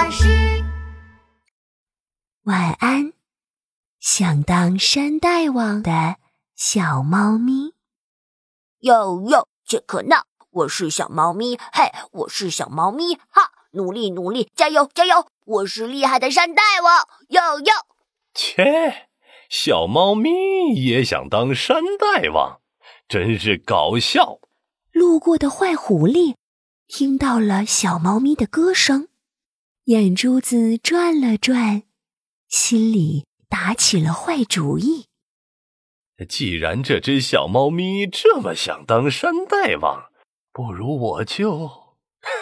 大师。 晚安，想当山大王的小猫咪。 哟哟，杰克闹，我是小猫咪，嘿，我是小猫咪，哈，努力努力，加油加油，我是厉害的山大王，哟哟。 切，小猫咪也想当山大王，真是搞笑。 路过的坏狐狸听到了小猫咪的歌声，眼珠子转了转，心里打起了坏主意。 既然这只小猫咪这么想当山大王，不如我就……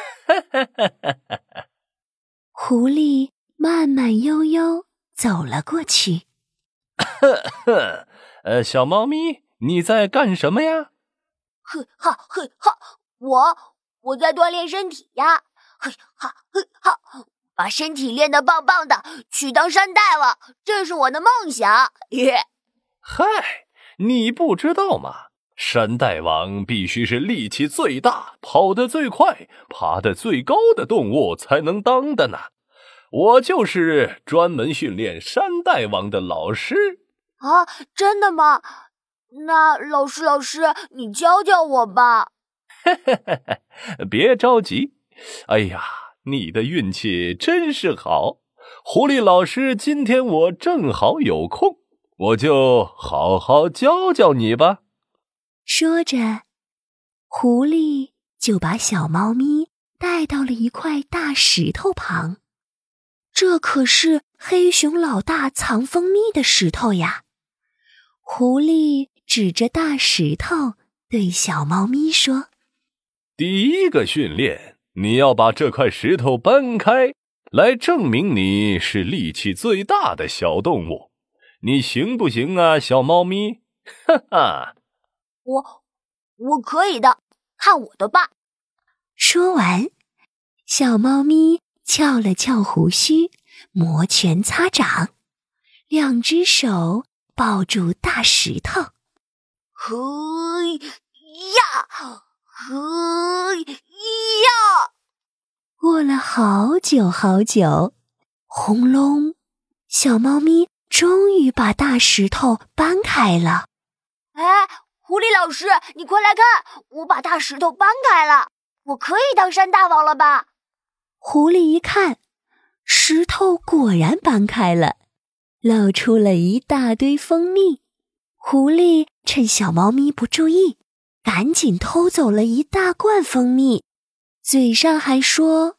狐狸慢慢悠悠走了过去。 小猫咪，你在干什么呀？ 嘿哈嘿哈，我在锻炼身体呀，嘿哈嘿哈，把身体练得棒棒的，去当山大王，这是我的梦想。耶！ 嗨，你不知道吗？山大王必须是力气最大、跑得最快、爬得最高的动物才能当的呢。我就是专门训练山大王的老师。 啊，真的吗？那老师，你教教我吧。 别着急。哎呀，你的运气真是好。狐狸老师，今天我正好有空，我就好好教教你吧。 说着，狐狸就把小猫咪带到了一块大石头旁。这可是黑熊老大藏蜂蜜的石头呀！狐狸指着大石头对小猫咪说： 第一个训练，你要把这块石头搬开，来证明你是力气最大的小动物。你行不行啊，小猫咪？哈哈！ 我可以的，看我的吧。 说完，小猫咪翘了翘胡须，摩拳擦掌，两只手抱住大石头。 嘿呀，嘿呀！ 过了好久好久，轰隆，小猫咪终于把大石头搬开了。 哎，狐狸老师，你快来看，我把大石头搬开了，我可以当山大王了吧？ 狐狸一看，石头果然搬开了，露出了一大堆蜂蜜。狐狸趁小猫咪不注意，赶紧偷走了一大罐蜂蜜，嘴上还说：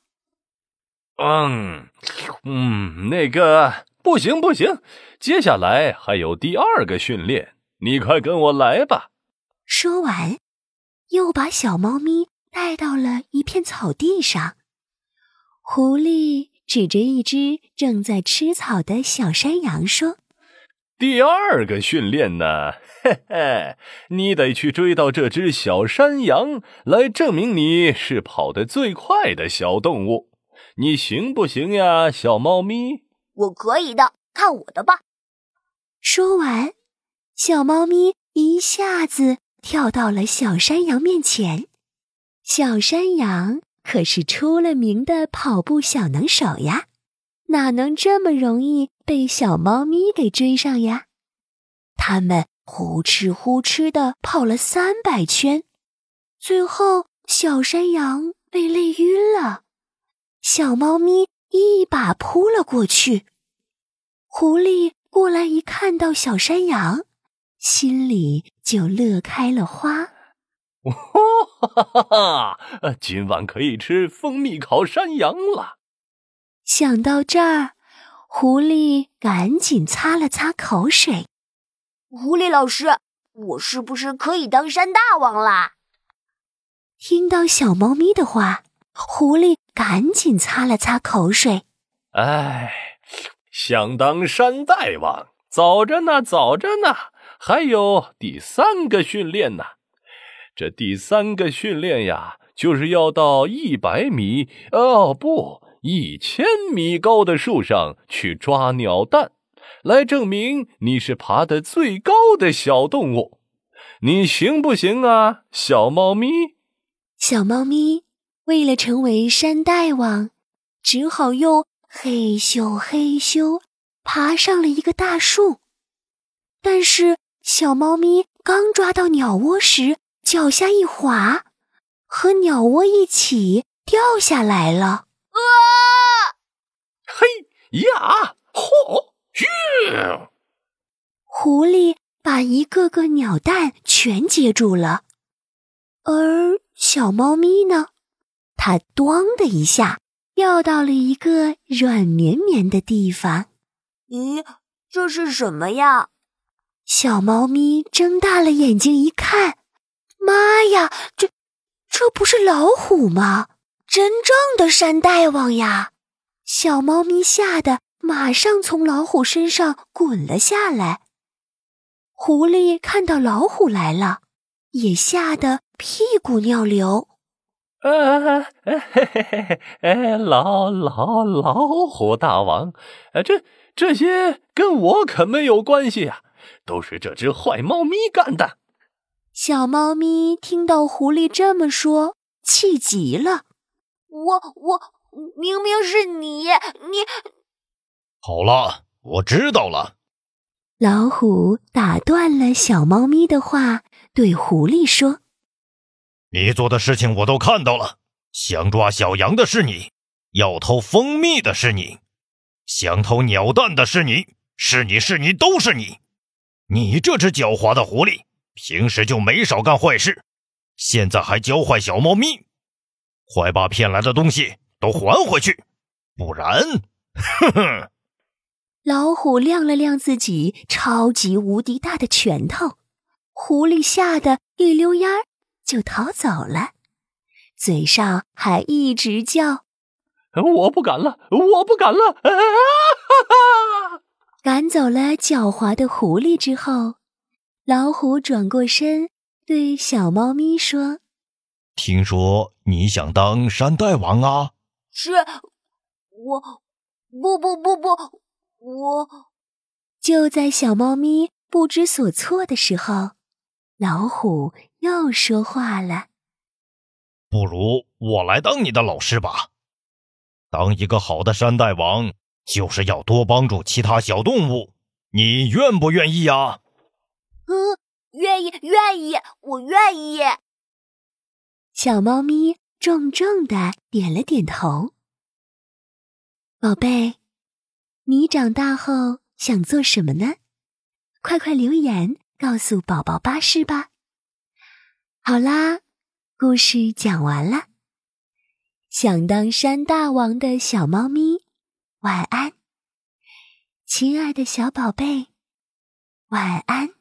那个不行，接下来还有第二个训练，你快跟我来吧。 说完，又把小猫咪带到了一片草地上。狐狸指着一只正在吃草的小山羊说： 第二个训练呢，你得去追到这只小山羊，来证明你是跑得最快的小动物。你行不行呀，小猫咪？ 我可以的，看我的吧。 说完，小猫咪一下子跳到了小山羊面前。小山羊可是出了名的跑步小能手呀，哪能这么容易被小猫咪给追上呀？他们呼哧呼哧地跑了300圈，最后小山羊被累晕了，小猫咪一把扑了过去。狐狸过来一看到小山羊，心里就乐开了花。 今晚可以吃蜂蜜烤山羊了。 想到这儿，狐狸赶紧擦了擦口水。 狐狸老师，我是不是可以当山大王啦？ 听到小猫咪的话，狐狸赶紧擦了擦口水。 哎，想当山大王，早着呢，还有第3个训练呢。这第3个训练呀，就是要到100米1000米高的树上去抓鸟蛋，来证明你是爬得最高的小动物。你行不行啊，小猫咪？ 小猫咪为了成为山大王，只好用嘿咻嘿咻爬上了一个大树。但是小猫咪刚抓到鸟窝时，脚下一滑，和鸟窝一起掉下来了。 嘿呀，嚯，吁！ 狐狸把一个个鸟蛋全接住了，而小猫咪呢，它咣的一下掉到了一个软绵绵的地方。 咦，这是什么呀？ 小猫咪睁大了眼睛一看，妈呀，这不是老虎吗？真正的山大王呀！小猫咪吓得马上从老虎身上滚了下来。狐狸看到老虎来了，也吓得屁股尿流。 老虎大王，这些跟我可没有关系呀，都是这只坏猫咪干的。 小猫咪听到狐狸这么说，气极了。 我明明是你。 好了，我知道了。 老虎打断了小猫咪的话，对狐狸说： 你做的事情我都看到了，想抓小羊的是你，要偷蜂蜜的是你，想偷鸟蛋的是你，是你都是你。你这只狡猾的狐狸，平时就没少干坏事，现在还教坏小猫咪，快把骗来的东西都还回去，不然，哼哼。 老虎亮了亮自己超级无敌大的拳头，狐狸吓得一溜烟儿就逃走了，嘴上还一直叫： 我不敢了，我不敢了！ 赶走了狡猾的狐狸之后，老虎转过身对小猫咪说： 听说你想当山大王啊？ 是，我。 就在小猫咪不知所措的时候，老虎又说话了： 不如我来当你的老师吧。当一个好的山大王，就是要多帮助其他小动物，你愿不愿意呀？ 愿意，我愿意。 小猫咪重重地点了点头。宝贝，你长大后想做什么呢？快快留言告诉宝宝巴士吧。好啦，故事讲完了。想当山大王的小猫咪，晚安。亲爱的小宝贝，晚安。